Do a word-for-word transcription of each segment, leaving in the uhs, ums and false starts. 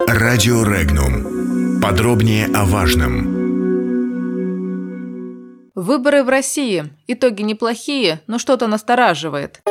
Радио Регнум. Подробнее о важном. Выборы в России. Итоги неплохие, но что-то настораживает.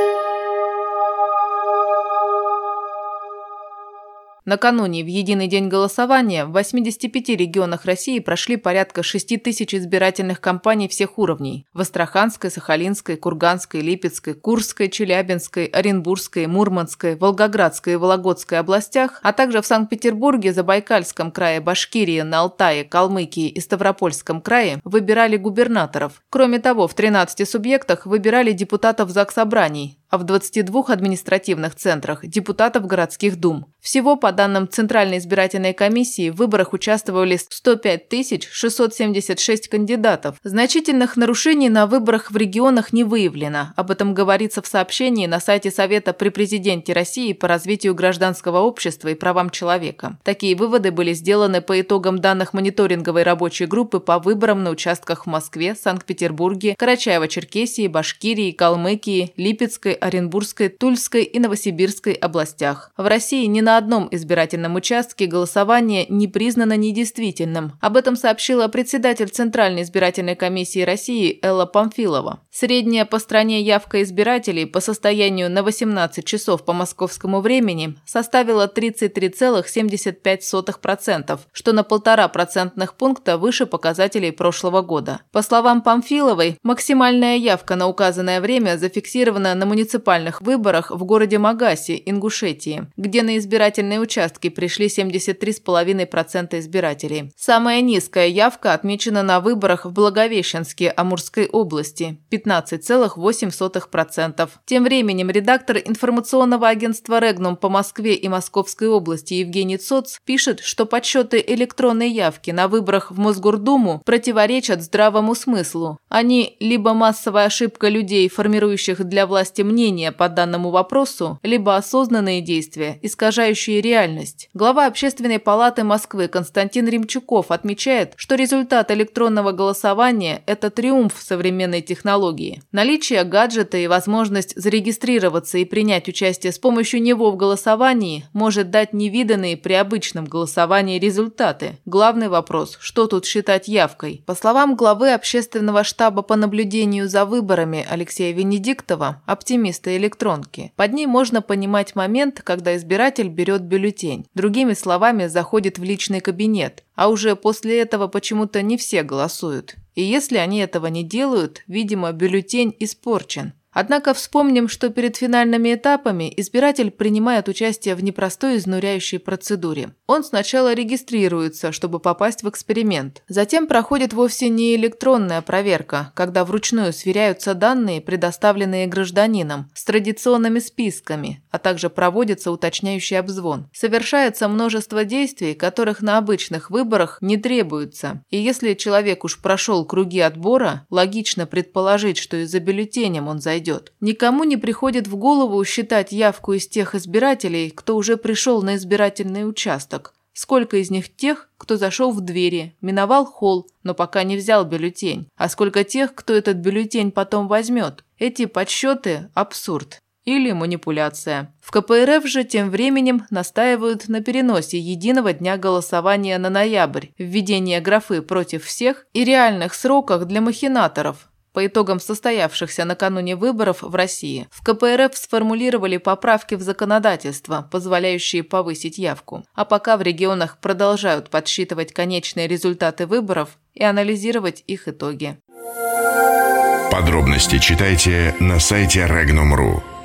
Накануне, в единый день голосования, в восьмидесяти пяти регионах России прошли порядка шести тысяч избирательных кампаний всех уровней. В Астраханской, Сахалинской, Курганской, Липецкой, Курской, Челябинской, Оренбургской, Мурманской, Волгоградской и Вологодской областях, а также в Санкт-Петербурге, Забайкальском крае, Башкирии, на Алтае, Калмыкии и Ставропольском крае выбирали губернаторов. Кроме того, в тринадцати субъектах выбирали депутатов заксобраний, а в двадцати двух административных центрах – депутатов городских дум. Всего, по данным Центральной избирательной комиссии, в выборах участвовали сто пять тысяч шестьсот семьдесят шесть кандидатов. Значительных нарушений на выборах в регионах не выявлено. Об этом говорится в сообщении на сайте Совета при Президенте России по развитию гражданского общества и правам человека. Такие выводы были сделаны по итогам данных мониторинговой рабочей группы по выборам на участках в Москве, Санкт-Петербурге, Карачаево-Черкесии, Башкирии, Калмыкии, Липецкой, Оренбургской, Тульской и Новосибирской областях. В России ни на одном избирательном участке голосование не признано недействительным. Об этом сообщила председатель Центральной избирательной комиссии России Элла Памфилова. Средняя по стране явка избирателей по состоянию на восемнадцать часов по московскому времени составила тридцать три целых семьдесят пять сотых процента, что на полтора процентных пункта выше показателей прошлого года. По словам Памфиловой, максимальная явка на указанное время зафиксирована на муниципальном муниципальных выборах в городе Магасе, Ингушетии, где на избирательные участки пришли семьдесят три целых пять десятых процента избирателей. Самая низкая явка отмечена на выборах в Благовещенске Амурской области – пятнадцать целых восемь сотых процента. Тем временем редактор информационного агентства «Регнум» по Москве и Московской области Евгений Цоц пишет, что подсчеты электронной явки на выборах в Мосгордуму противоречат здравому смыслу. Они либо массовая ошибка людей, формирующих для власти мнение по данному вопросу, либо осознанные действия, искажающие реальность. Глава Общественной палаты Москвы Константин Римчуков отмечает, что результат электронного голосования – это триумф современной технологии. Наличие гаджета и возможность зарегистрироваться и принять участие с помощью него в голосовании может дать невиданные при обычном голосовании результаты. Главный вопрос – что тут считать явкой? По словам главы Общественного штаба по наблюдению за выборами Алексея Венедиктова, оптимиста электронки. Под ней можно понимать момент, когда избиратель берет бюллетень. Другими словами, заходит в личный кабинет. А уже после этого почему-то не все голосуют. И если они этого не делают, видимо, бюллетень испорчен. Однако вспомним, что перед финальными этапами избиратель принимает участие в непростой изнуряющей процедуре. Он сначала регистрируется, чтобы попасть в эксперимент. Затем проходит вовсе не электронная проверка, когда вручную сверяются данные, предоставленные гражданином, с традиционными списками, а также проводится уточняющий обзвон. Совершается множество действий, которых на обычных выборах не требуется. И если человек уж прошел круги отбора, логично предположить, что и за бюллетенем он зайдет. Никому не приходит в голову считать явку из тех избирателей, кто уже пришел на избирательный участок. Сколько из них тех, кто зашел в двери, миновал холл, но пока не взял бюллетень, а сколько тех, кто этот бюллетень потом возьмет. Эти подсчеты – абсурд. Или манипуляция. В ка пэ эр эф же тем временем настаивают на переносе единого дня голосования на ноябрь, введение графы «против всех» и реальных сроках для махинаторов. По итогам состоявшихся накануне выборов в России, в ка пэ эр эф сформулировали поправки в законодательство, позволяющие повысить явку. А пока в регионах продолжают подсчитывать конечные результаты выборов и анализировать их итоги. Подробности читайте на сайте регнум точка ру.